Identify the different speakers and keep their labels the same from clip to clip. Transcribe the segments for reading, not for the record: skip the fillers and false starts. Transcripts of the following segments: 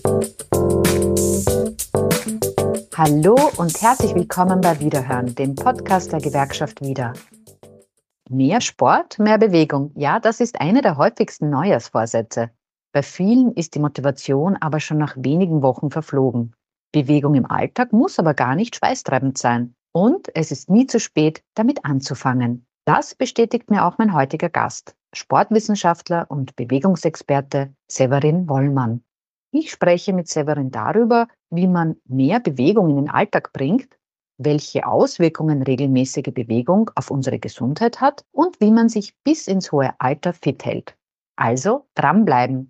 Speaker 1: Hallo und herzlich willkommen bei Wiederhören, dem Podcast der Gewerkschaft Wieder. Mehr Sport, mehr Bewegung. Ja, das ist eine der häufigsten Neujahrsvorsätze. Bei vielen ist die Motivation aber schon nach wenigen Wochen verflogen. Bewegung im Alltag muss aber gar nicht schweißtreibend sein. Und es ist nie zu spät, damit anzufangen. Das bestätigt mir auch mein heutiger Gast, Sportwissenschaftler und Bewegungsexperte Severin Wollmann. Ich spreche mit Severin darüber, wie man mehr Bewegung in den Alltag bringt, welche Auswirkungen regelmäßige Bewegung auf unsere Gesundheit hat und wie man sich bis ins hohe Alter fit hält. Also dranbleiben!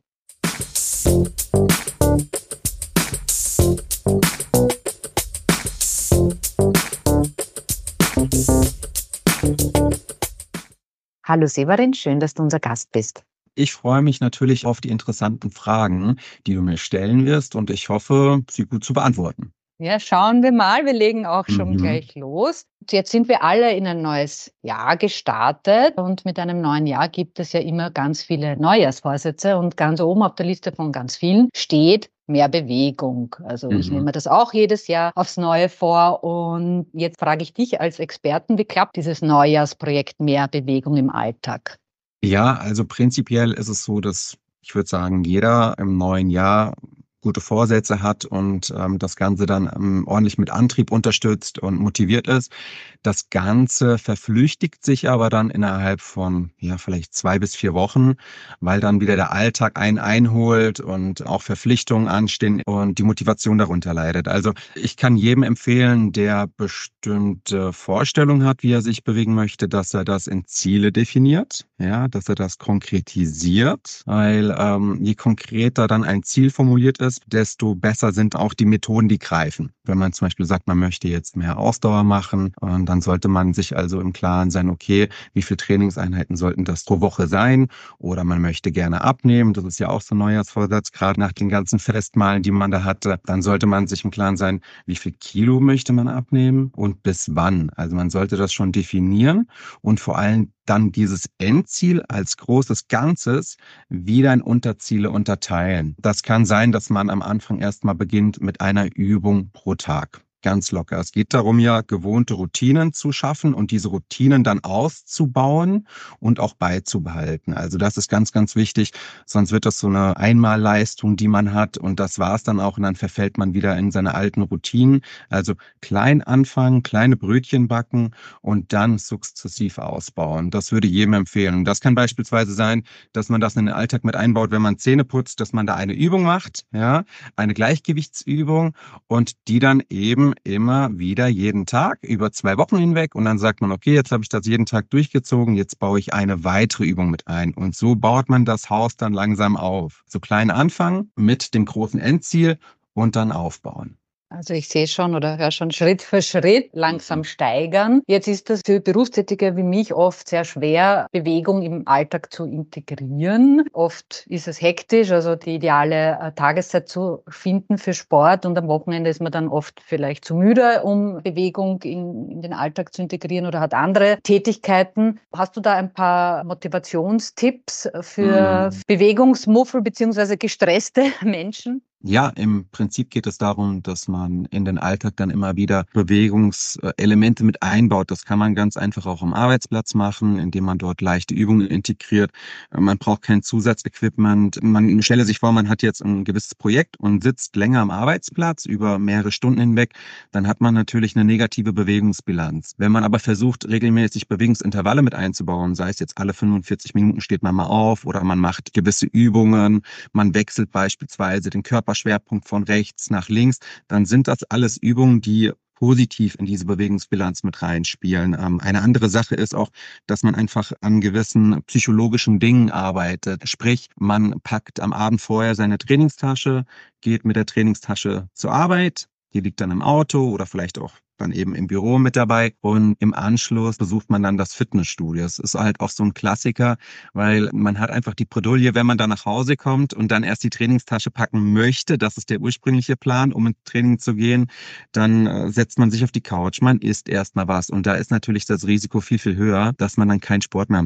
Speaker 1: Hallo Severin, schön, dass du unser Gast bist.
Speaker 2: Ich freue mich natürlich auf die interessanten Fragen, die du mir stellen wirst, und ich hoffe, sie gut zu beantworten.
Speaker 1: Ja, schauen wir mal. Wir legen auch schon gleich los. Jetzt sind wir alle in ein neues Jahr gestartet und mit einem neuen Jahr gibt es ja immer ganz viele Neujahrsvorsätze und ganz oben auf der Liste von ganz vielen steht mehr Bewegung. Also ich nehme mir das auch jedes Jahr aufs Neue vor und jetzt frage ich dich als Experten, wie klappt dieses Neujahrsprojekt mehr Bewegung im Alltag?
Speaker 2: Ja, also prinzipiell ist es so, dass ich würde sagen, jeder im neuen Jahr gute Vorsätze hat und das Ganze dann ordentlich mit Antrieb unterstützt und motiviert ist. Das Ganze verflüchtigt sich aber dann innerhalb von vielleicht 2 bis 4 Wochen, weil dann wieder der Alltag einen einholt und auch Verpflichtungen anstehen und die Motivation darunter leidet. Also ich kann jedem empfehlen, der bestimmte Vorstellungen hat, wie er sich bewegen möchte, dass er das in Ziele definiert, ja, dass er das konkretisiert, weil je konkreter dann ein Ziel formuliert ist, desto besser sind auch die Methoden, die greifen. Wenn man zum Beispiel sagt, man möchte jetzt mehr Ausdauer machen, und dann sollte man sich also im Klaren sein, okay, wie viele Trainingseinheiten sollten das pro Woche sein? Oder man möchte gerne abnehmen, das ist ja auch so ein Neujahrsvorsatz, gerade nach den ganzen Festmahlen, die man da hatte. Dann sollte man sich im Klaren sein, wie viel Kilo möchte man abnehmen und bis wann. Also man sollte das schon definieren und vor allem dann dieses Endziel als großes Ganzes wieder in Unterziele unterteilen. Das kann sein, dass man am Anfang erstmal beginnt mit einer Übung pro Tag. Ganz locker. Es geht darum, ja, gewohnte Routinen zu schaffen und diese Routinen dann auszubauen und auch beizubehalten. Also das ist ganz, ganz wichtig. Sonst wird das so eine Einmalleistung, die man hat, und das war's dann auch, und dann verfällt man wieder in seine alten Routinen. Also klein anfangen, kleine Brötchen backen und dann sukzessiv ausbauen. Das würde jedem empfehlen. Und das kann beispielsweise sein, dass man das in den Alltag mit einbaut, wenn man Zähne putzt, dass man da eine Übung macht, ja, eine Gleichgewichtsübung, und die dann eben immer wieder jeden Tag über 2 Wochen hinweg, und dann sagt man, okay, jetzt habe ich das jeden Tag durchgezogen, jetzt baue ich eine weitere Übung mit ein, und so baut man das Haus dann langsam auf. So klein anfangen mit dem großen Endziel und dann aufbauen.
Speaker 1: Also ich sehe schon oder höre schon Schritt für Schritt langsam steigern. Jetzt ist das für Berufstätige wie mich oft sehr schwer, Bewegung im Alltag zu integrieren. Oft ist es hektisch, also die ideale Tageszeit zu finden für Sport, und am Wochenende ist man dann oft vielleicht zu müde, um Bewegung in den Alltag zu integrieren oder hat andere Tätigkeiten. Hast du da ein paar Motivationstipps für Bewegungsmuffel bzw. gestresste Menschen?
Speaker 2: Ja, im Prinzip geht es darum, dass man in den Alltag dann immer wieder Bewegungselemente mit einbaut. Das kann man ganz einfach auch am Arbeitsplatz machen, indem man dort leichte Übungen integriert. Man braucht kein Zusatzequipment. Man stelle sich vor, man hat jetzt ein gewisses Projekt und sitzt länger am Arbeitsplatz über mehrere Stunden hinweg. Dann hat man natürlich eine negative Bewegungsbilanz. Wenn man aber versucht, regelmäßig Bewegungsintervalle mit einzubauen, sei es jetzt alle 45 Minuten steht man mal auf oder man macht gewisse Übungen, man wechselt beispielsweise den Körperschwerpunkt von rechts nach links, dann sind das alles Übungen, die positiv in diese Bewegungsbilanz mit reinspielen. Eine andere Sache ist auch, dass man einfach an gewissen psychologischen Dingen arbeitet. Sprich, man packt am Abend vorher seine Trainingstasche, geht mit der Trainingstasche zur Arbeit, die liegt dann im Auto oder vielleicht auch dann eben im Büro mit dabei, und im Anschluss besucht man dann das Fitnessstudio. Das ist halt auch so ein Klassiker, weil man hat einfach die Bredouille, wenn man dann nach Hause kommt und dann erst die Trainingstasche packen möchte, das ist der ursprüngliche Plan, um ins Training zu gehen, dann setzt man sich auf die Couch, man isst erstmal was, und da ist natürlich das Risiko viel, viel höher, dass man dann keinen Sport mehr macht.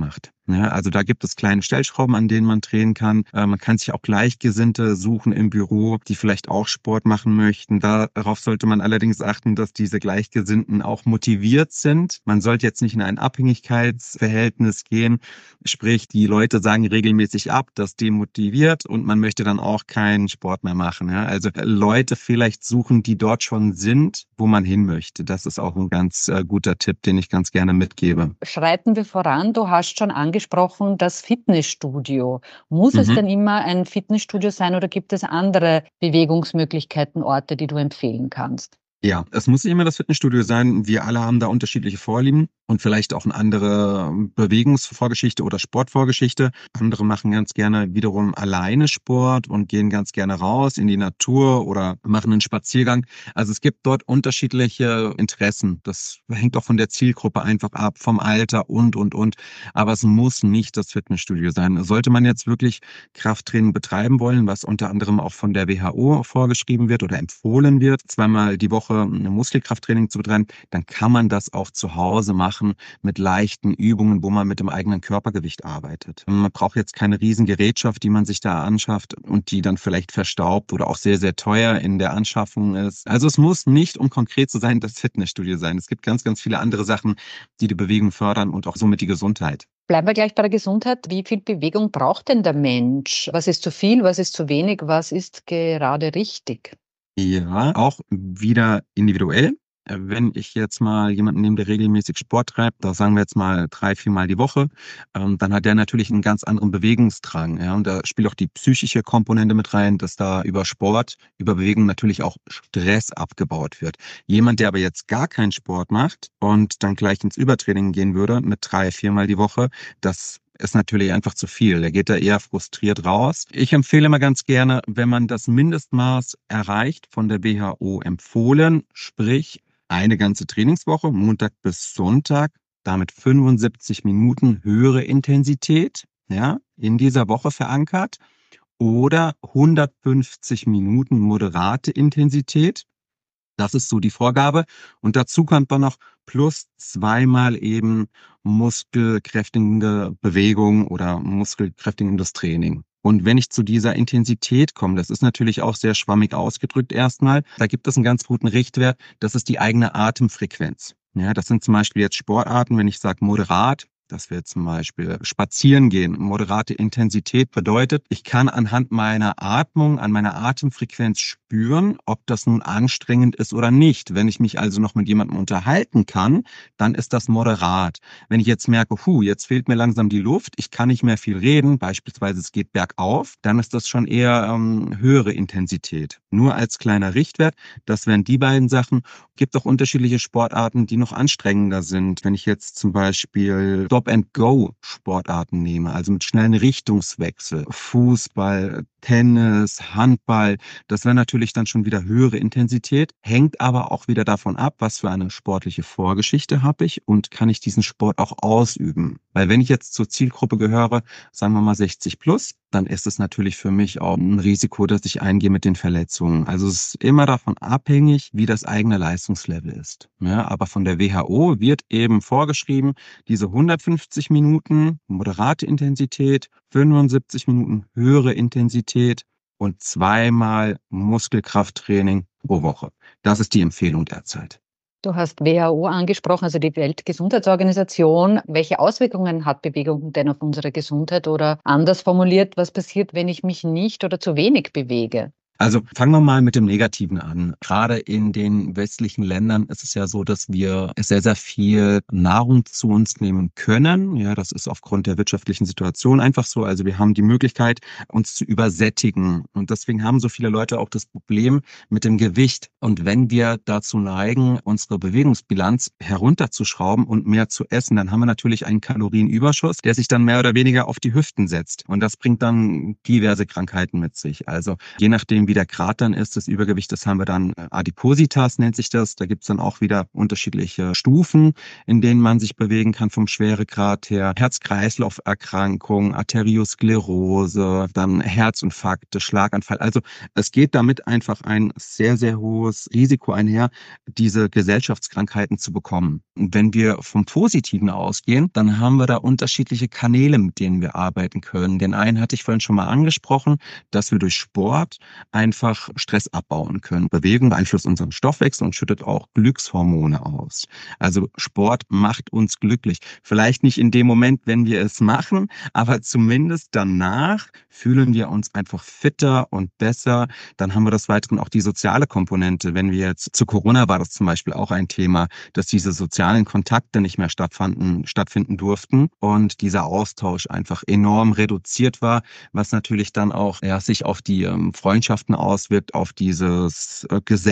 Speaker 2: Ja, also da gibt es kleine Stellschrauben, an denen man drehen kann. Man kann sich auch Gleichgesinnte suchen im Büro, die vielleicht auch Sport machen möchten. Darauf sollte man allerdings achten, dass diese Gleichgesinnten auch motiviert sind. Man sollte jetzt nicht in ein Abhängigkeitsverhältnis gehen. Sprich, die Leute sagen regelmäßig ab, das demotiviert und man möchte dann auch keinen Sport mehr machen. Ja, also Leute vielleicht suchen, die dort schon sind, wo man hin möchte. Das ist auch ein ganz guter Tipp, den ich ganz gerne mitgebe.
Speaker 1: Schreiten wir voran. Du hast schon angesprochen, das Fitnessstudio. Muss es
Speaker 2: Mhm.
Speaker 1: denn immer ein Fitnessstudio sein oder gibt es andere Bewegungsmöglichkeiten, Orte, die du empfehlen kannst?
Speaker 2: Ja, es muss nicht immer das Fitnessstudio sein. Wir alle haben da unterschiedliche Vorlieben und vielleicht auch eine andere Bewegungsvorgeschichte oder Sportvorgeschichte. Andere machen ganz gerne wiederum alleine Sport und gehen ganz gerne raus in die Natur oder machen einen Spaziergang. Also es gibt dort unterschiedliche Interessen. Das hängt auch von der Zielgruppe einfach ab, vom Alter und. Aber es muss nicht das Fitnessstudio sein. Sollte man jetzt wirklich Krafttraining betreiben wollen, was unter anderem auch von der WHO vorgeschrieben wird oder empfohlen wird, zweimal die Woche ein Muskelkrafttraining zu betreiben, dann kann man das auch zu Hause machen mit leichten Übungen, wo man mit dem eigenen Körpergewicht arbeitet. Man braucht jetzt keine riesen Gerätschaft, die man sich da anschafft und die dann vielleicht verstaubt oder auch sehr, sehr teuer in der Anschaffung ist. Also es muss nicht, um konkret zu sein, das Fitnessstudio sein. Es gibt ganz, ganz viele andere Sachen, die die Bewegung fördern und auch somit die Gesundheit.
Speaker 1: Bleiben wir gleich bei der Gesundheit. Wie viel Bewegung braucht denn der Mensch? Was ist zu viel, was ist zu wenig, was ist gerade richtig?
Speaker 2: Ja, auch wieder individuell. Wenn ich jetzt mal jemanden nehme, der regelmäßig Sport treibt, da sagen wir jetzt mal 3, 4 Mal die Woche, dann hat der natürlich einen ganz anderen Bewegungsdrang. Ja, und da spielt auch die psychische Komponente mit rein, dass da über Sport, über Bewegung natürlich auch Stress abgebaut wird. Jemand, der aber jetzt gar keinen Sport macht und dann gleich ins Übertraining gehen würde mit 3, 4 Mal die Woche, das ist natürlich einfach zu viel. Der geht da eher frustriert raus. Ich empfehle immer ganz gerne, wenn man das Mindestmaß erreicht, von der WHO empfohlen, sprich eine ganze Trainingswoche, Montag bis Sonntag, damit 75 Minuten höhere Intensität, ja, in dieser Woche verankert oder 150 Minuten moderate Intensität. Das ist so die Vorgabe. Und dazu kommt dann noch plus zweimal eben muskelkräftigende Bewegung oder muskelkräftigendes Training. Und wenn ich zu dieser Intensität komme, das ist natürlich auch sehr schwammig ausgedrückt erstmal, da gibt es einen ganz guten Richtwert, das ist die eigene Atemfrequenz. Ja, das sind zum Beispiel jetzt Sportarten, wenn ich sage moderat, dass wir zum Beispiel spazieren gehen. Moderate Intensität bedeutet, ich kann anhand meiner Atmung, an meiner Atemfrequenz spüren, ob das nun anstrengend ist oder nicht. Wenn ich mich also noch mit jemandem unterhalten kann, dann ist das moderat. Wenn ich jetzt merke, jetzt fehlt mir langsam die Luft, ich kann nicht mehr viel reden, beispielsweise es geht bergauf, dann ist das schon eher höhere Intensität. Nur als kleiner Richtwert, das wären die beiden Sachen. Gibt auch unterschiedliche Sportarten, die noch anstrengender sind. Wenn ich jetzt zum Beispiel Stop-and-Go-Sportarten nehme, also mit schnellen Richtungswechsel, Fußball, Tennis, Handball, das wäre natürlich dann schon wieder höhere Intensität, hängt aber auch wieder davon ab, was für eine sportliche Vorgeschichte habe ich und kann ich diesen Sport auch ausüben. Weil wenn ich jetzt zur Zielgruppe gehöre, sagen wir mal 60 plus, dann ist es natürlich für mich auch ein Risiko, dass ich eingehe mit den Verletzungen. Also es ist immer davon abhängig, wie das eigene Leistungslevel ist. Ja, aber von der WHO wird eben vorgeschrieben, diese 150 Minuten moderate Intensität, 75 Minuten höhere Intensität und zweimal Muskelkrafttraining pro Woche. Das ist die Empfehlung derzeit.
Speaker 1: Du hast WHO angesprochen, also die Weltgesundheitsorganisation. Welche Auswirkungen hat Bewegung denn auf unsere Gesundheit? Oder anders formuliert, was passiert, wenn ich mich nicht oder zu wenig bewege?
Speaker 2: Also fangen wir mal mit dem Negativen an. Gerade in den westlichen Ländern ist es ja so, dass wir sehr, sehr viel Nahrung zu uns nehmen können. Ja, das ist aufgrund der wirtschaftlichen Situation einfach so. Also wir haben die Möglichkeit, uns zu übersättigen. Und deswegen haben so viele Leute auch das Problem mit dem Gewicht. Und wenn wir dazu neigen, unsere Bewegungsbilanz herunterzuschrauben und mehr zu essen, dann haben wir natürlich einen Kalorienüberschuss, der sich dann mehr oder weniger auf die Hüften setzt. Und das bringt dann diverse Krankheiten mit sich. Also je nachdem, wie der Grad dann ist des Übergewichtes, haben wir dann Adipositas, nennt sich das. Da gibt's dann auch wieder unterschiedliche Stufen, in denen man sich bewegen kann vom Schweregrad her. Herz-Kreislauf-Erkrankungen, Arteriosklerose, dann Herzinfarkte, Schlaganfall. Also es geht damit einfach ein sehr, sehr hohes Risiko einher, diese Gesellschaftskrankheiten zu bekommen. Und wenn wir vom Positiven ausgehen, dann haben wir da unterschiedliche Kanäle, mit denen wir arbeiten können. Den einen hatte ich vorhin schon mal angesprochen, dass wir durch Sport einfach Stress abbauen können. Bewegung beeinflusst unseren Stoffwechsel und schüttet auch Glückshormone aus. Also Sport macht uns glücklich. Vielleicht nicht in dem Moment, wenn wir es machen, aber zumindest danach fühlen wir uns einfach fitter und besser. Dann haben wir des Weiteren auch die soziale Komponente. Wenn wir jetzt zu Corona war das zum Beispiel auch ein Thema, dass diese sozialen Kontakte nicht mehr stattfinden durften und dieser Austausch einfach enorm reduziert war, was natürlich dann auch sich auf die Freundschaften auswirkt, auf dieses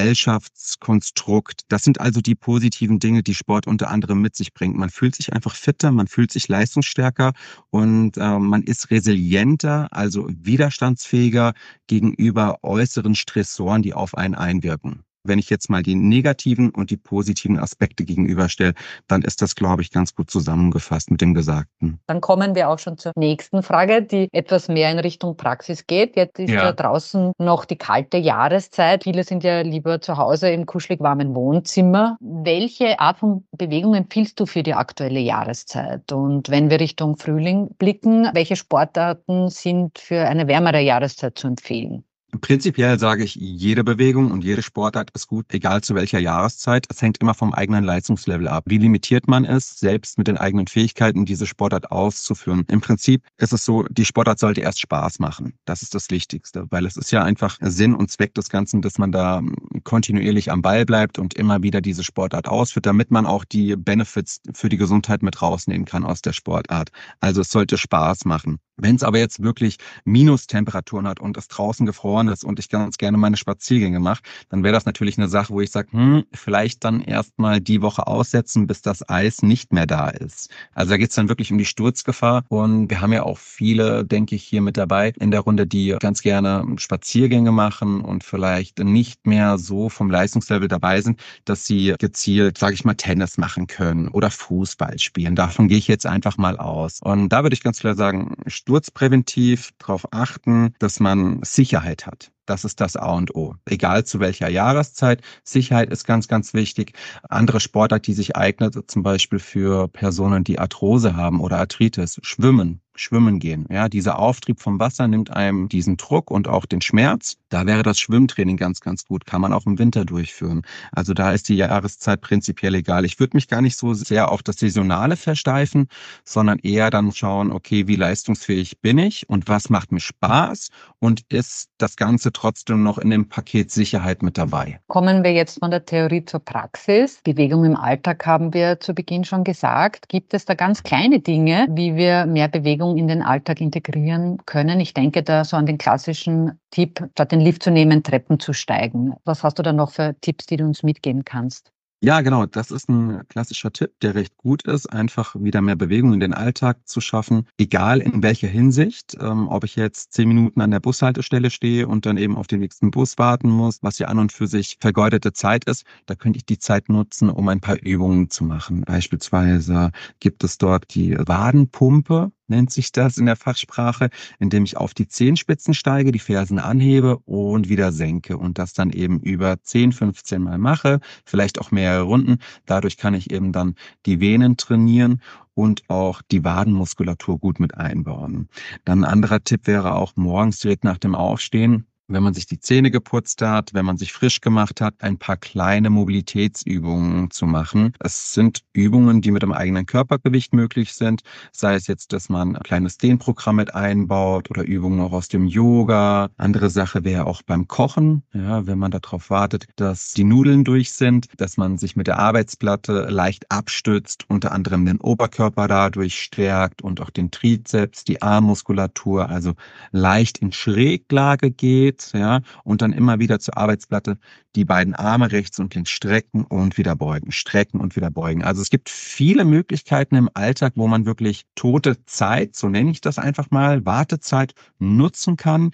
Speaker 2: Gesellschaftskonstrukt. Das sind also die positiven Dinge, die Sport unter anderem mit sich bringt. Man fühlt sich einfach fitter, man fühlt sich leistungsstärker und man ist resilienter, also widerstandsfähiger gegenüber äußeren Stressoren, die auf einen einwirken. Wenn ich jetzt mal die negativen und die positiven Aspekte gegenüberstelle, dann ist das, glaube ich, ganz gut zusammengefasst mit dem Gesagten.
Speaker 1: Dann kommen wir auch schon zur nächsten Frage, die etwas mehr in Richtung Praxis geht. Jetzt ist ja draußen noch die kalte Jahreszeit. Viele sind ja lieber zu Hause im kuschelig warmen Wohnzimmer. Welche Art von Bewegung empfiehlst du für die aktuelle Jahreszeit? Und wenn wir Richtung Frühling blicken, welche Sportarten sind für eine wärmere Jahreszeit zu empfehlen?
Speaker 2: Prinzipiell sage ich, jede Bewegung und jede Sportart ist gut, egal zu welcher Jahreszeit. Es hängt immer vom eigenen Leistungslevel ab. Wie limitiert man ist, selbst mit den eigenen Fähigkeiten diese Sportart auszuführen. Im Prinzip ist es so, die Sportart sollte erst Spaß machen. Das ist das Wichtigste, weil es ist ja einfach Sinn und Zweck des Ganzen, dass man da kontinuierlich am Ball bleibt und immer wieder diese Sportart ausführt, damit man auch die Benefits für die Gesundheit mit rausnehmen kann aus der Sportart. Also es sollte Spaß machen. Wenn es aber jetzt wirklich Minustemperaturen hat und es draußen gefroren ist und ich ganz gerne meine Spaziergänge mache, dann wäre das natürlich eine Sache, wo ich sage, vielleicht dann erstmal die Woche aussetzen, bis das Eis nicht mehr da ist. Also da geht es dann wirklich um die Sturzgefahr und wir haben ja auch viele, denke ich, hier mit dabei in der Runde, die ganz gerne Spaziergänge machen und vielleicht nicht mehr so vom Leistungslevel dabei sind, dass sie gezielt, sage ich mal, Tennis machen können oder Fußball spielen. Davon gehe ich jetzt einfach mal aus. Und da würde ich ganz klar sagen, sturzpräventiv darauf achten, dass man Sicherheit hat. Das ist das A und O. Egal zu welcher Jahreszeit. Sicherheit ist ganz, ganz wichtig. Andere Sportart, die sich eignet, zum Beispiel für Personen, die Arthrose haben oder Arthritis, Schwimmen gehen. Ja, dieser Auftrieb vom Wasser nimmt einem diesen Druck und auch den Schmerz. Da wäre das Schwimmtraining ganz, ganz gut. Kann man auch im Winter durchführen. Also da ist die Jahreszeit prinzipiell egal. Ich würde mich gar nicht so sehr auf das Saisonale versteifen, sondern eher dann schauen, okay, wie leistungsfähig bin ich und was macht mir Spaß und ist das Ganze trotzdem noch in dem Paket Sicherheit mit dabei.
Speaker 1: Kommen wir jetzt von der Theorie zur Praxis. Bewegung im Alltag haben wir zu Beginn schon gesagt. Gibt es da ganz kleine Dinge, wie wir mehr Bewegung in den Alltag integrieren können? Ich denke da so an den klassischen Tipp, statt den Lift zu nehmen, Treppen zu steigen. Was hast du da noch für Tipps, die du uns mitgeben kannst?
Speaker 2: Ja, genau. Das ist ein klassischer Tipp, der recht gut ist, einfach wieder mehr Bewegung in den Alltag zu schaffen, egal in welcher Hinsicht, ob ich jetzt 10 Minuten an der Bushaltestelle stehe und dann eben auf den nächsten Bus warten muss, was ja an und für sich vergeudete Zeit ist. Da könnte ich die Zeit nutzen, um ein paar Übungen zu machen. Beispielsweise gibt es dort die Wadenpumpe, nennt sich das in der Fachsprache, indem ich auf die Zehenspitzen steige, die Fersen anhebe und wieder senke und das dann eben über 10, 15 Mal mache, vielleicht auch mehrere Runden. Dadurch kann ich eben dann die Venen trainieren und auch die Wadenmuskulatur gut mit einbauen. Dann ein anderer Tipp wäre auch morgens direkt nach dem Aufstehen, wenn man sich die Zähne geputzt hat, wenn man sich frisch gemacht hat, ein paar kleine Mobilitätsübungen zu machen. Es sind Übungen, die mit dem eigenen Körpergewicht möglich sind, sei es jetzt, dass man ein kleines Dehnprogramm mit einbaut oder Übungen auch aus dem Yoga. Andere Sache wäre auch beim Kochen, ja, wenn man darauf wartet, dass die Nudeln durch sind, dass man sich mit der Arbeitsplatte leicht abstützt, unter anderem den Oberkörper dadurch stärkt und auch den Trizeps, die Armmuskulatur, also leicht in Schräglage geht. Ja, und dann immer wieder zur Arbeitsplatte die beiden Arme rechts und links strecken und wieder beugen, strecken und wieder beugen. Also es gibt viele Möglichkeiten im Alltag, wo man wirklich tote Zeit, so nenne ich das einfach mal, Wartezeit nutzen kann,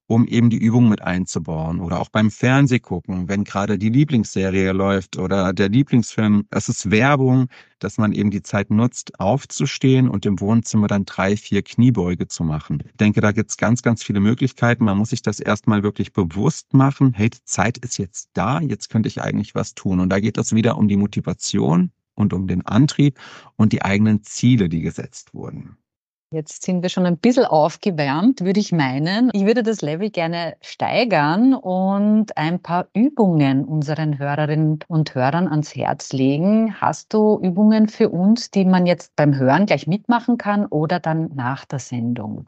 Speaker 2: um eben die Übungen mit einzubauen. Oder auch beim Fernsehgucken, wenn gerade die Lieblingsserie läuft oder der Lieblingsfilm. Es ist Werbung, dass man eben die Zeit nutzt, aufzustehen und im Wohnzimmer dann 3, 4 Kniebeuge zu machen. Ich denke, da gibt es ganz, ganz viele Möglichkeiten. Man muss sich das erstmal wirklich bewusst machen. Hey, die Zeit ist jetzt da, jetzt könnte ich eigentlich was tun. Und da geht es wieder um die Motivation und um den Antrieb und die eigenen Ziele, die gesetzt wurden.
Speaker 1: Jetzt sind wir schon ein bisschen aufgewärmt, würde ich meinen. Ich würde das Level gerne steigern und ein paar Übungen unseren Hörerinnen und Hörern ans Herz legen. Hast du Übungen für uns, die man jetzt beim Hören gleich mitmachen kann oder dann nach der Sendung?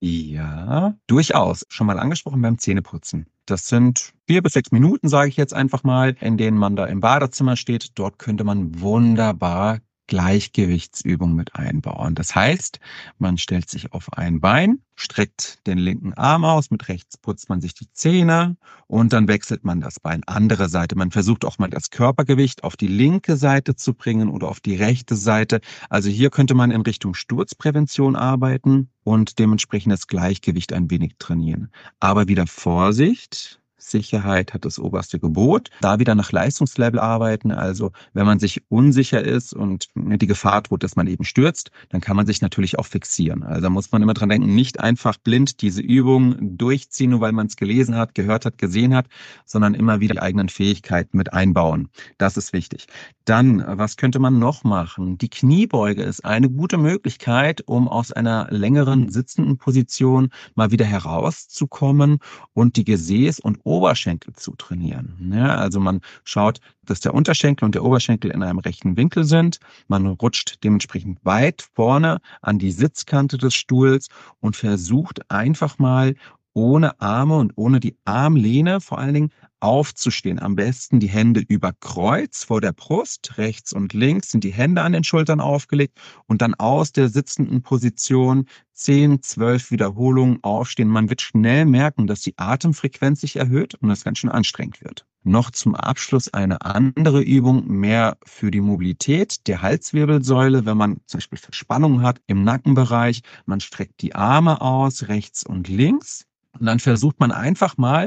Speaker 2: Ja, durchaus. Schon mal angesprochen beim Zähneputzen. Das sind 4 bis 6 Minuten, sage ich jetzt einfach mal, in denen man da im Badezimmer steht. Dort könnte man wunderbar Gleichgewichtsübungen mit einbauen. Das heißt, man stellt sich auf ein Bein, streckt den linken Arm aus, mit rechts putzt man sich die Zähne und dann wechselt man das Bein. Andere Seite. Man versucht auch mal das Körpergewicht auf die linke Seite zu bringen oder auf die rechte Seite. Also hier könnte man in Richtung Sturzprävention arbeiten und dementsprechend das Gleichgewicht ein wenig trainieren. Aber wieder Vorsicht. Sicherheit hat das oberste Gebot. Da wieder nach Leistungslevel arbeiten. Also wenn man sich unsicher ist und die Gefahr droht, dass man eben stürzt, dann kann man sich natürlich auch fixieren. Also da muss man immer dran denken, nicht einfach blind diese Übung durchziehen, nur weil man es gelesen hat, gehört hat, gesehen hat, sondern immer wieder die eigenen Fähigkeiten mit einbauen. Das ist wichtig. Dann, was könnte man noch machen? Die Kniebeuge ist eine gute Möglichkeit, um aus einer längeren sitzenden Position mal wieder herauszukommen und die Gesäß- und Oberschenkel zu trainieren. Ja, also man schaut, dass der Unterschenkel und der Oberschenkel in einem rechten Winkel sind. Man rutscht dementsprechend weit vorne an die Sitzkante des Stuhls und versucht einfach mal ohne Arme und ohne die Armlehne vor allen Dingen aufzustehen. Am besten die Hände über Kreuz vor der Brust. Rechts und links sind die Hände an den Schultern aufgelegt und dann aus der sitzenden Position 10, 12 Wiederholungen aufstehen. Man wird schnell merken, dass die Atemfrequenz sich erhöht und es ganz schön anstrengend wird. Noch zum Abschluss eine andere Übung, mehr für die Mobilität der Halswirbelsäule, wenn man zum Beispiel Verspannung hat im Nackenbereich. Man streckt die Arme aus, rechts und links. Und dann versucht man einfach mal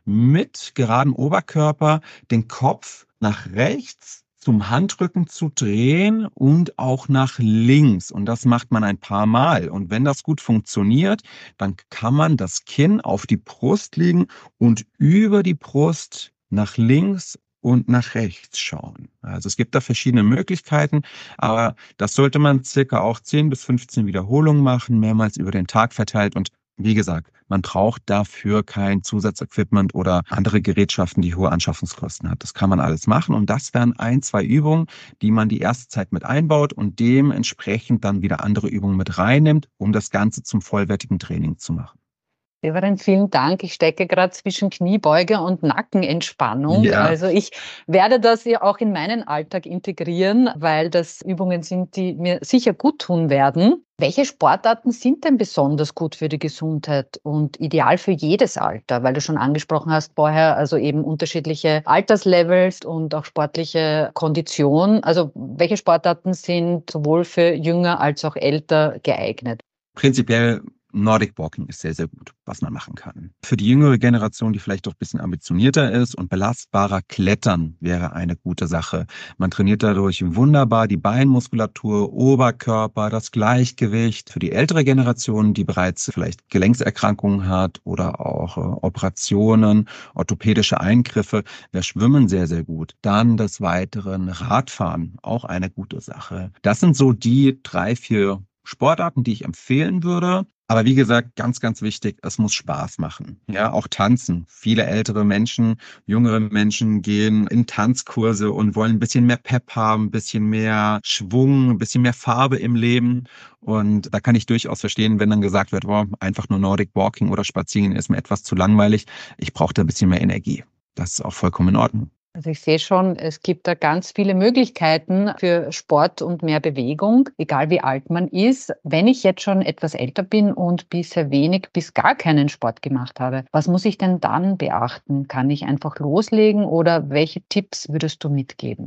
Speaker 2: mit geradem Oberkörper den Kopf nach rechts zum Handrücken zu drehen und auch nach links. Und das macht man ein paar Mal. Und wenn das gut funktioniert, dann kann man das Kinn auf die Brust legen und über die Brust nach links und nach rechts schauen. Also es gibt da verschiedene Möglichkeiten, aber das sollte man circa auch 10 bis 15 Wiederholungen machen, mehrmals über den Tag verteilt. Und wie gesagt, man braucht dafür kein Zusatzequipment oder andere Gerätschaften, die hohe Anschaffungskosten hat. Das kann man alles machen und das wären 1, 2 Übungen, die man die erste Zeit mit einbaut und dementsprechend dann wieder andere Übungen mit reinnimmt, um das Ganze zum vollwertigen Training zu machen.
Speaker 1: Severin, vielen Dank. Ich stecke gerade zwischen Kniebeuge und Nackenentspannung.
Speaker 2: Ja.
Speaker 1: Also ich werde das ja auch in meinen Alltag integrieren, weil das Übungen sind, die mir sicher gut tun werden. Welche Sportarten sind denn besonders gut für die Gesundheit und ideal für jedes Alter? Weil du schon angesprochen hast vorher, also eben unterschiedliche Alterslevels und auch sportliche Kondition. Also welche Sportarten sind sowohl für jünger als auch älter geeignet?
Speaker 2: Prinzipiell Nordic Walking ist sehr, sehr gut, was man machen kann. Für die jüngere Generation, die vielleicht doch ein bisschen ambitionierter ist und belastbarer, Klettern wäre eine gute Sache. Man trainiert dadurch wunderbar die Beinmuskulatur, Oberkörper, das Gleichgewicht. Für die ältere Generation, die bereits vielleicht Gelenkserkrankungen hat oder auch Operationen, orthopädische Eingriffe, wäre Schwimmen sehr, sehr gut. Dann des Weiteren Radfahren, auch eine gute Sache. Das sind so die 3, 4 Sportarten, die ich empfehlen würde. Aber wie gesagt, ganz, ganz wichtig, es muss Spaß machen. Ja, auch tanzen. Viele ältere Menschen, jüngere Menschen gehen in Tanzkurse und wollen ein bisschen mehr Pep haben, ein bisschen mehr Schwung, ein bisschen mehr Farbe im Leben. Und da kann ich durchaus verstehen, wenn dann gesagt wird, oh, einfach nur Nordic Walking oder Spazieren ist mir etwas zu langweilig. Ich brauche da ein bisschen mehr Energie. Das ist auch vollkommen in Ordnung.
Speaker 1: Also ich sehe schon, es gibt da ganz viele Möglichkeiten für Sport und mehr Bewegung, egal wie alt man ist. Wenn ich jetzt schon etwas älter bin und bisher wenig bis gar keinen Sport gemacht habe, was muss ich denn dann beachten? Kann ich einfach loslegen oder welche Tipps würdest du mitgeben?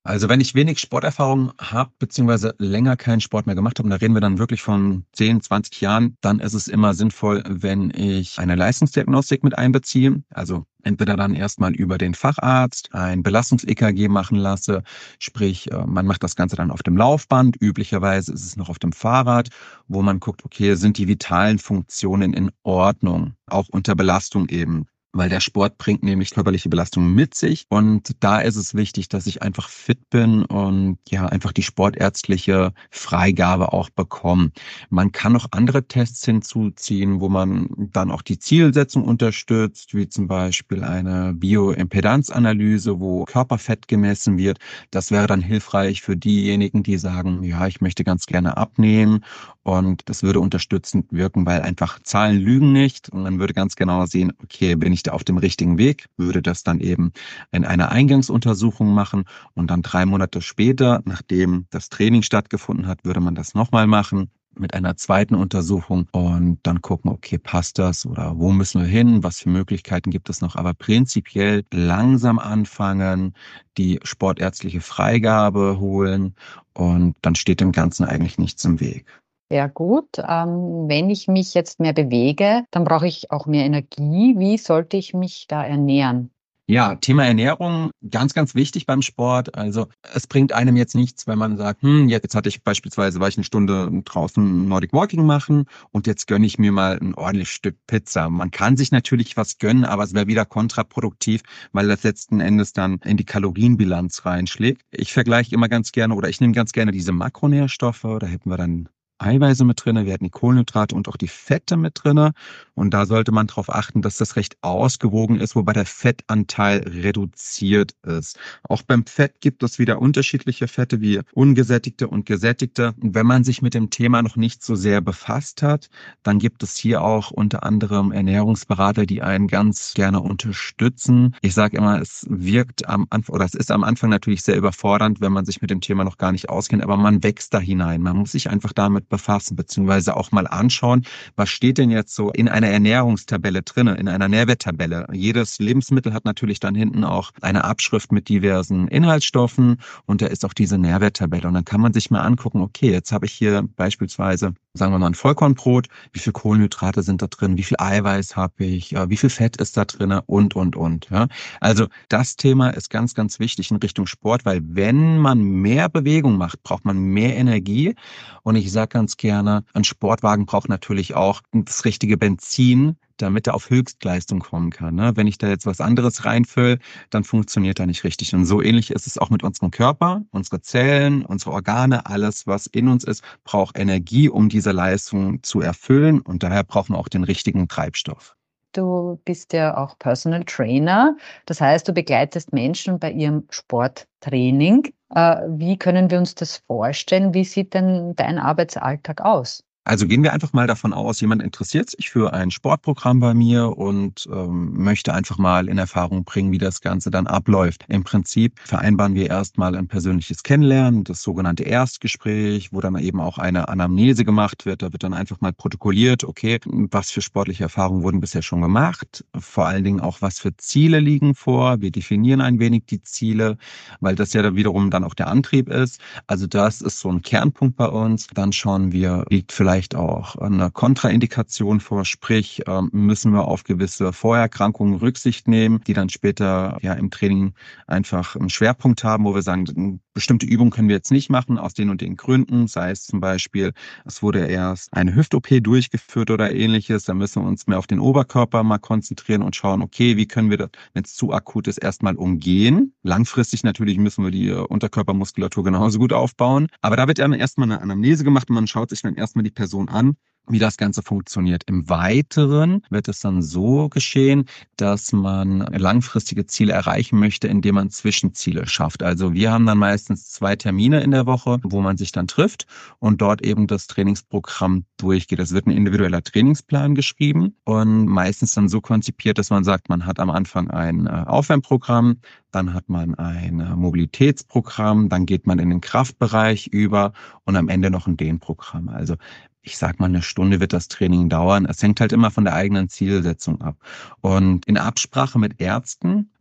Speaker 2: Also wenn ich wenig Sporterfahrung habe, beziehungsweise länger keinen Sport mehr gemacht habe, und da reden wir dann wirklich von 10, 20 Jahren, dann ist es immer sinnvoll, wenn ich eine Leistungsdiagnostik mit einbeziehe. Also entweder dann erstmal über den Facharzt ein Belastungs-EKG machen lasse, sprich, man macht das Ganze dann auf dem Laufband. Üblicherweise ist es noch auf dem Fahrrad, wo man guckt, okay, sind die vitalen Funktionen in Ordnung, auch unter Belastung eben. Weil der Sport bringt nämlich körperliche Belastungen mit sich. Und da ist es wichtig, dass ich einfach fit bin und ja, einfach die sportärztliche Freigabe auch bekomme. Man kann noch andere Tests hinzuziehen, wo man dann auch die Zielsetzung unterstützt, wie zum Beispiel eine Bioimpedanzanalyse, wo Körperfett gemessen wird. Das wäre dann hilfreich für diejenigen, die sagen, ja, ich möchte ganz gerne abnehmen. Und das würde unterstützend wirken, weil einfach Zahlen lügen nicht. Und man würde ganz genau sehen, okay, bin ich da auf dem richtigen Weg? Würde das dann eben in einer Eingangsuntersuchung machen. Und dann 3 Monate später, nachdem das Training stattgefunden hat, würde man das nochmal machen mit einer zweiten Untersuchung und dann gucken, okay, passt das oder wo müssen wir hin? Was für Möglichkeiten gibt es noch? Aber prinzipiell langsam anfangen, die sportärztliche Freigabe holen und dann steht dem Ganzen eigentlich nichts im Weg.
Speaker 1: Sehr gut. Wenn ich mich jetzt mehr bewege, dann brauche ich auch mehr Energie. Wie sollte ich mich da ernähren?
Speaker 2: Ja, Thema Ernährung, ganz, ganz wichtig beim Sport. Also es bringt einem jetzt nichts, wenn man sagt, jetzt hatte ich beispielsweise, war ich eine Stunde draußen Nordic Walking machen und jetzt gönne ich mir mal ein ordentliches Stück Pizza. Man kann sich natürlich was gönnen, aber es wäre wieder kontraproduktiv, weil das letzten Endes dann in die Kalorienbilanz reinschlägt. Ich vergleiche immer ganz gerne oder ich nehme ganz gerne diese Makronährstoffe, da hätten wir dann Eiweiße mit drinne, wir hatten die Kohlenhydrate und auch die Fette mit drinne. Und da sollte man darauf achten, dass das recht ausgewogen ist, wobei der Fettanteil reduziert ist. Auch beim Fett gibt es wieder unterschiedliche Fette wie ungesättigte und gesättigte. Und wenn man sich mit dem Thema noch nicht so sehr befasst hat, dann gibt es hier auch unter anderem Ernährungsberater, die einen ganz gerne unterstützen. Ich sage immer, es wirkt am Anfang oder es ist am Anfang natürlich sehr überfordernd, wenn man sich mit dem Thema noch gar nicht auskennt, aber man wächst da hinein. Man muss sich einfach damit befassen, beziehungsweise auch mal anschauen, was steht denn jetzt so in einer Ernährungstabelle drin, in einer Nährwerttabelle. Jedes Lebensmittel hat natürlich dann hinten auch eine Abschrift mit diversen Inhaltsstoffen und da ist auch diese Nährwerttabelle. Und dann kann man sich mal angucken, okay, jetzt habe ich hier beispielsweise, sagen wir mal, ein Vollkornbrot, wie viel Kohlenhydrate sind da drin, wie viel Eiweiß habe ich, wie viel Fett ist da drin und. Ja. Also das Thema ist ganz, ganz wichtig in Richtung Sport, weil wenn man mehr Bewegung macht, braucht man mehr Energie. Und ich sage ganz gerne, ein Sportwagen braucht natürlich auch das richtige Benzin, damit er auf Höchstleistung kommen kann. Ne? Wenn ich da jetzt was anderes reinfülle, dann funktioniert er nicht richtig. Und so ähnlich ist es auch mit unserem Körper, unsere Zellen, unsere Organe, alles, was in uns ist, braucht Energie, um diese Leistung zu erfüllen. Und daher brauchen wir auch den richtigen Treibstoff.
Speaker 1: Du bist ja auch Personal Trainer. Das heißt, du begleitest Menschen bei ihrem Sporttraining. Wie können wir uns das vorstellen? Wie sieht denn dein Arbeitsalltag aus?
Speaker 2: Also gehen wir einfach mal davon aus, jemand interessiert sich für ein Sportprogramm bei mir und möchte einfach mal in Erfahrung bringen, wie das Ganze dann abläuft. Im Prinzip vereinbaren wir erstmal ein persönliches Kennenlernen, das sogenannte Erstgespräch, wo dann eben auch eine Anamnese gemacht wird. Da wird dann einfach mal protokolliert, okay, was für sportliche Erfahrungen wurden bisher schon gemacht, vor allen Dingen auch, was für Ziele liegen vor. Wir definieren ein wenig die Ziele, weil das ja dann wiederum dann auch der Antrieb ist. Also das ist so ein Kernpunkt bei uns. Dann schauen wir, liegt vielleicht auch eine Kontraindikation vor, sprich, müssen wir auf gewisse Vorerkrankungen Rücksicht nehmen, die dann später ja im Training einfach einen Schwerpunkt haben, wo wir sagen, bestimmte Übungen können wir jetzt nicht machen aus den und den Gründen, sei es zum Beispiel, es wurde erst eine Hüft-OP durchgeführt oder ähnliches, da müssen wir uns mehr auf den Oberkörper mal konzentrieren und schauen, okay, wie können wir das, wenn es zu akut ist, erstmal umgehen. Langfristig natürlich müssen wir die Unterkörpermuskulatur genauso gut aufbauen, aber da wird dann erstmal eine Anamnese gemacht und man schaut sich dann erstmal die Person an, wie das Ganze funktioniert. Im Weiteren wird es dann so geschehen, dass man langfristige Ziele erreichen möchte, indem man Zwischenziele schafft. Also wir haben dann meistens 2 Termine in der Woche, wo man sich dann trifft und dort eben das Trainingsprogramm durchgeht. Es wird ein individueller Trainingsplan geschrieben und meistens dann so konzipiert, dass man sagt, man hat am Anfang ein Aufwärmprogramm, dann hat man ein Mobilitätsprogramm, dann geht man in den Kraftbereich über und am Ende noch ein Dehnprogramm. Also ich sag mal, eine Stunde wird das Training dauern. Es hängt halt immer von der eigenen Zielsetzung ab. Und in Absprache mit Ärzten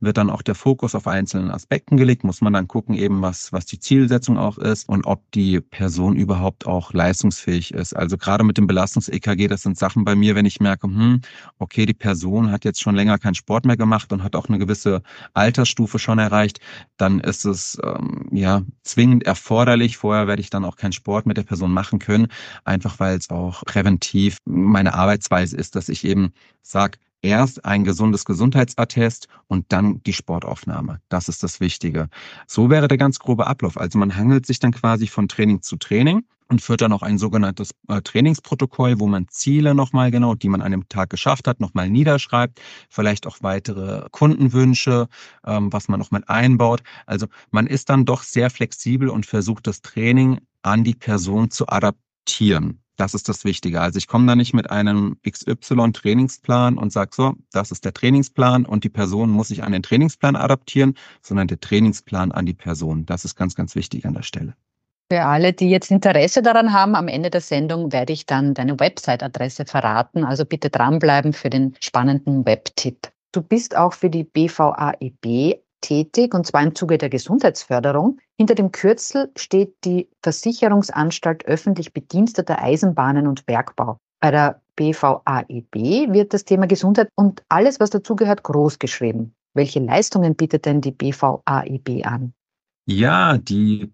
Speaker 2: wird dann auch der Fokus auf einzelnen Aspekten gelegt, muss man dann gucken eben, was die Zielsetzung auch ist und ob die Person überhaupt auch leistungsfähig ist. Also gerade mit dem Belastungs-EKG, das sind Sachen bei mir, wenn ich merke, okay, die Person hat jetzt schon länger keinen Sport mehr gemacht und hat auch eine gewisse Altersstufe schon erreicht, dann ist es zwingend erforderlich. Vorher werde ich dann auch keinen Sport mit der Person machen können, einfach weil es auch präventiv meine Arbeitsweise ist, dass ich eben sage, erst ein gesundes Gesundheitsattest und dann die Sportaufnahme. Das ist das Wichtige. So wäre der ganz grobe Ablauf. Also man hangelt sich dann quasi von Training zu Training und führt dann auch ein sogenanntes Trainingsprotokoll, wo man Ziele nochmal genau, die man an dem Tag geschafft hat, nochmal niederschreibt, vielleicht auch weitere Kundenwünsche, was man noch mit einbaut. Also man ist dann doch sehr flexibel und versucht das Training an die Person zu adaptieren. Das ist das Wichtige. Also ich komme da nicht mit einem XY-Trainingsplan und sage so, das ist der Trainingsplan und die Person muss sich an den Trainingsplan adaptieren, sondern der Trainingsplan an die Person. Das ist ganz, ganz wichtig an der Stelle.
Speaker 1: Für alle, die jetzt Interesse daran haben, am Ende der Sendung werde ich dann deine Website-Adresse verraten. Also bitte dranbleiben für den spannenden Webtipp. Du bist auch für die BVAEB tätig, und zwar im Zuge der Gesundheitsförderung. Hinter dem Kürzel steht die Versicherungsanstalt öffentlich bediensteter Eisenbahnen und Bergbau. Bei der BVAEB wird das Thema Gesundheit und alles, was dazugehört, groß geschrieben. Welche Leistungen bietet denn die BVAEB an?
Speaker 2: Ja, die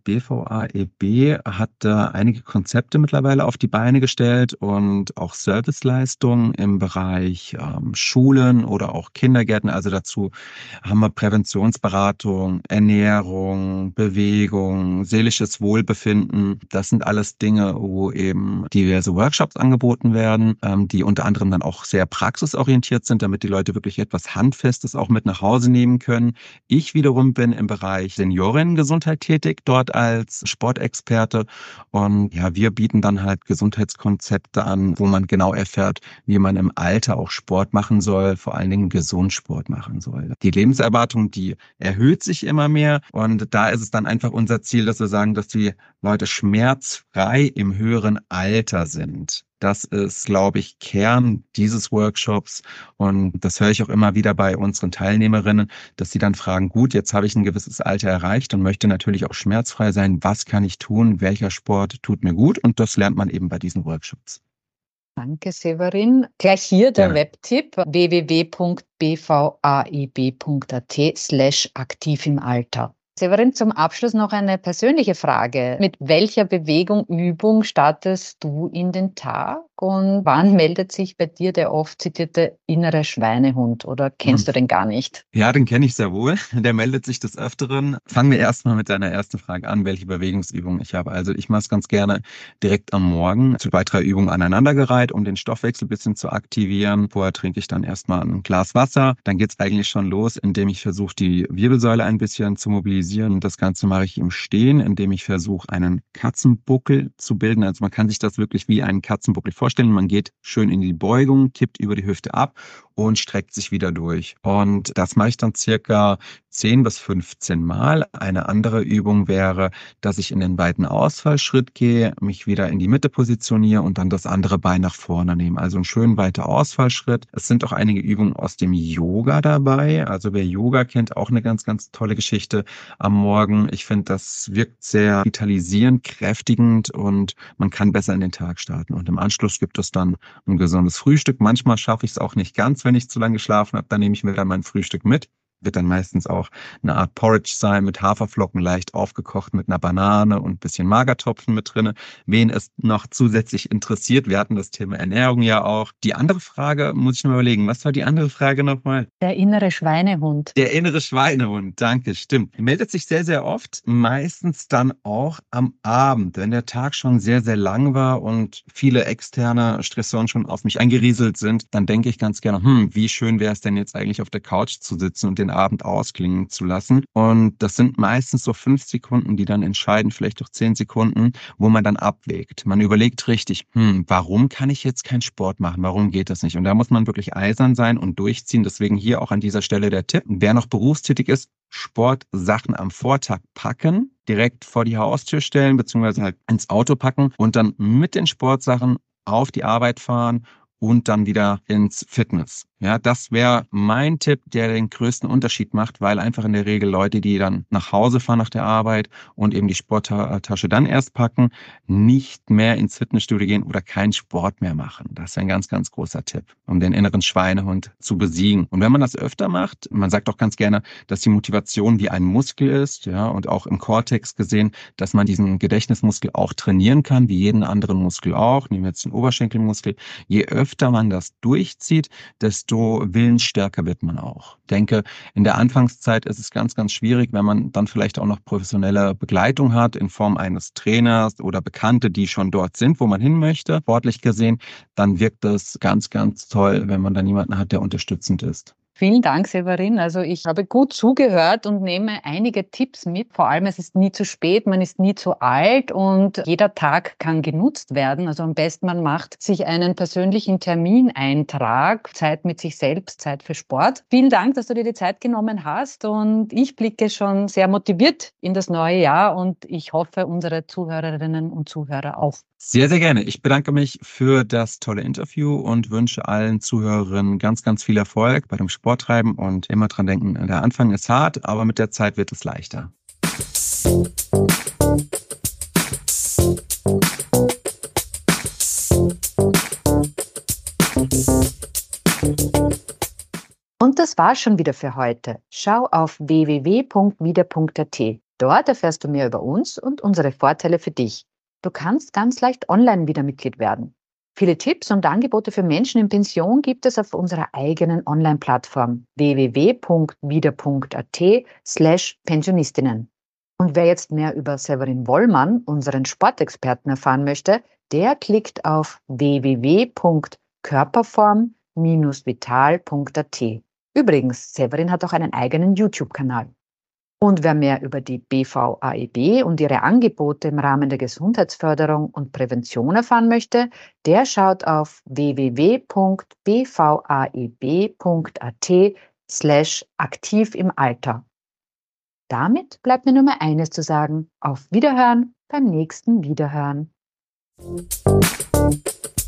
Speaker 2: BVAEB hat da einige Konzepte mittlerweile auf die Beine gestellt und auch Serviceleistungen im Bereich Schulen oder auch Kindergärten. Also dazu haben wir Präventionsberatung, Ernährung, Bewegung, seelisches Wohlbefinden. Das sind alles Dinge, wo eben diverse Workshops angeboten werden, die unter anderem dann auch sehr praxisorientiert sind, damit die Leute wirklich etwas Handfestes auch mit nach Hause nehmen können. Ich wiederum bin im Bereich Seniorengesundheit tätig, dort als Sportexperte. Und ja, wir bieten dann halt Gesundheitskonzepte an, wo man genau erfährt, wie man im Alter auch Sport machen soll, vor allen Dingen gesund Sport machen soll. Die Lebenserwartung, die erhöht sich immer mehr. Und da ist es dann einfach unser Ziel, dass wir sagen, dass die Leute schmerzfrei im höheren Alter sind. Das ist, glaube ich, Kern dieses Workshops. Und das höre ich auch immer wieder bei unseren Teilnehmerinnen, dass sie dann fragen, gut, jetzt habe ich ein gewisses Alter erreicht und möchte natürlich auch schmerzfrei sein. Was kann ich tun? Welcher Sport tut mir gut? Und das lernt man eben bei diesen Workshops.
Speaker 1: Danke, Severin. Gleich hier der
Speaker 2: Gerne.
Speaker 1: Webtipp: www.bvaeb.at/aktiv im Alter. Severin, zum Abschluss noch eine persönliche Frage. Mit welcher Bewegung, Übung startest du in den Tag und wann meldet sich bei dir der oft zitierte innere Schweinehund, oder kennst du den gar nicht?
Speaker 2: Ja, den kenne ich sehr wohl. Der meldet sich des Öfteren. Fangen wir erstmal mit deiner ersten Frage an, welche Bewegungsübungen ich habe. Also ich mache es ganz gerne direkt am Morgen, 2, 3 Übungen aneinandergereiht, um den Stoffwechsel ein bisschen zu aktivieren. Vorher trinke ich dann erstmal ein Glas Wasser. Dann geht's eigentlich schon los, indem ich versuche, die Wirbelsäule ein bisschen zu mobilisieren. Und das Ganze mache ich im Stehen, indem ich versuche, einen Katzenbuckel zu bilden. Also man kann sich das wirklich wie einen Katzenbuckel vorstellen. Man geht schön in die Beugung, kippt über die Hüfte ab und streckt sich wieder durch. Und das mache ich dann circa 10 bis 15 Mal. Eine andere Übung wäre, dass ich in den weiten Ausfallschritt gehe, mich wieder in die Mitte positioniere und dann das andere Bein nach vorne nehme. Also einen schönen weiter Ausfallschritt. Es sind auch einige Übungen aus dem Yoga dabei. Also wer Yoga kennt, auch eine ganz, ganz tolle Geschichte am Morgen. Ich finde, das wirkt sehr vitalisierend, kräftigend und man kann besser in den Tag starten. Und im Anschluss gibt es dann ein gesundes Frühstück. Manchmal schaffe ich es auch nicht ganz, wenn ich zu lange geschlafen habe. Dann nehme ich mir dann mein Frühstück mit. Wird dann meistens auch eine Art Porridge sein mit Haferflocken, leicht aufgekocht mit einer Banane und ein bisschen Magertopfen mit drinne. Wen es noch zusätzlich interessiert, wir hatten das Thema Ernährung ja auch. Die andere Frage, muss ich mir überlegen, was war die andere Frage nochmal?
Speaker 1: Der innere Schweinehund.
Speaker 2: Der innere Schweinehund, danke, stimmt. Meldet sich sehr, sehr oft, meistens dann auch am Abend, wenn der Tag schon sehr, sehr lang war und viele externe Stressoren schon auf mich eingerieselt sind, dann denke ich ganz gerne, wie schön wäre es denn jetzt eigentlich auf der Couch zu sitzen und den Abend ausklingen zu lassen. Und das sind meistens so 5 Sekunden, die dann entscheiden, vielleicht auch 10 Sekunden, wo man dann abwägt. Man überlegt richtig, warum kann ich jetzt keinen Sport machen? Warum geht das nicht? Und da muss man wirklich eisern sein und durchziehen. Deswegen hier auch an dieser Stelle der Tipp. Wer noch berufstätig ist, Sportsachen am Vortag packen, direkt vor die Haustür stellen, beziehungsweise halt ins Auto packen und dann mit den Sportsachen auf die Arbeit fahren und dann wieder ins Fitness. Ja, das wäre mein Tipp, der den größten Unterschied macht, weil einfach in der Regel Leute, die dann nach Hause fahren nach der Arbeit und eben die Sporttasche dann erst packen, nicht mehr ins Fitnessstudio gehen oder keinen Sport mehr machen. Das ist ein ganz, ganz großer Tipp, um den inneren Schweinehund zu besiegen. Und wenn man das öfter macht, man sagt auch ganz gerne, dass die Motivation wie ein Muskel ist, ja, und auch im Cortex gesehen, dass man diesen Gedächtnismuskel auch trainieren kann, wie jeden anderen Muskel auch. Nehmen wir jetzt den Oberschenkelmuskel. Je öfter man das durchzieht, desto willensstärker wird man auch. Ich denke, in der Anfangszeit ist es ganz, ganz schwierig, wenn man dann vielleicht auch noch professionelle Begleitung hat in Form eines Trainers oder Bekannte, die schon dort sind, wo man hin möchte, sportlich gesehen, dann wirkt das ganz, ganz toll, wenn man dann jemanden hat, der unterstützend ist.
Speaker 1: Vielen Dank, Severin. Also ich habe gut zugehört und nehme einige Tipps mit. Vor allem, es ist nie zu spät, man ist nie zu alt und jeder Tag kann genutzt werden. Also am besten, man macht sich einen persönlichen Termineintrag, Zeit mit sich selbst, Zeit für Sport. Vielen Dank, dass du dir die Zeit genommen hast und ich blicke schon sehr motiviert in das neue Jahr und ich hoffe, unsere Zuhörerinnen und Zuhörer auch.
Speaker 2: Sehr, sehr gerne. Ich bedanke mich für das tolle Interview und wünsche allen Zuhörerinnen ganz, ganz viel Erfolg bei dem Sporttreiben und immer dran denken, der Anfang ist hart, aber mit der Zeit wird es leichter.
Speaker 1: Und das war schon wieder für heute. Schau auf www.wieder.at. Dort erfährst du mehr über uns und unsere Vorteile für dich. Du kannst ganz leicht online wieder Mitglied werden. Viele Tipps und Angebote für Menschen in Pension gibt es auf unserer eigenen Online-Plattform www.wieder.at/Pensionistinnen. Und wer jetzt mehr über Severin Wollmann, unseren Sportexperten, erfahren möchte, der klickt auf www.körperform-vital.at. Übrigens, Severin hat auch einen eigenen YouTube-Kanal. Und wer mehr über die BVAEB und ihre Angebote im Rahmen der Gesundheitsförderung und Prävention erfahren möchte, der schaut auf www.bvaeb.at/aktiv im Alter. Damit bleibt mir nur mehr eines zu sagen. Auf Wiederhören beim nächsten Wiederhören.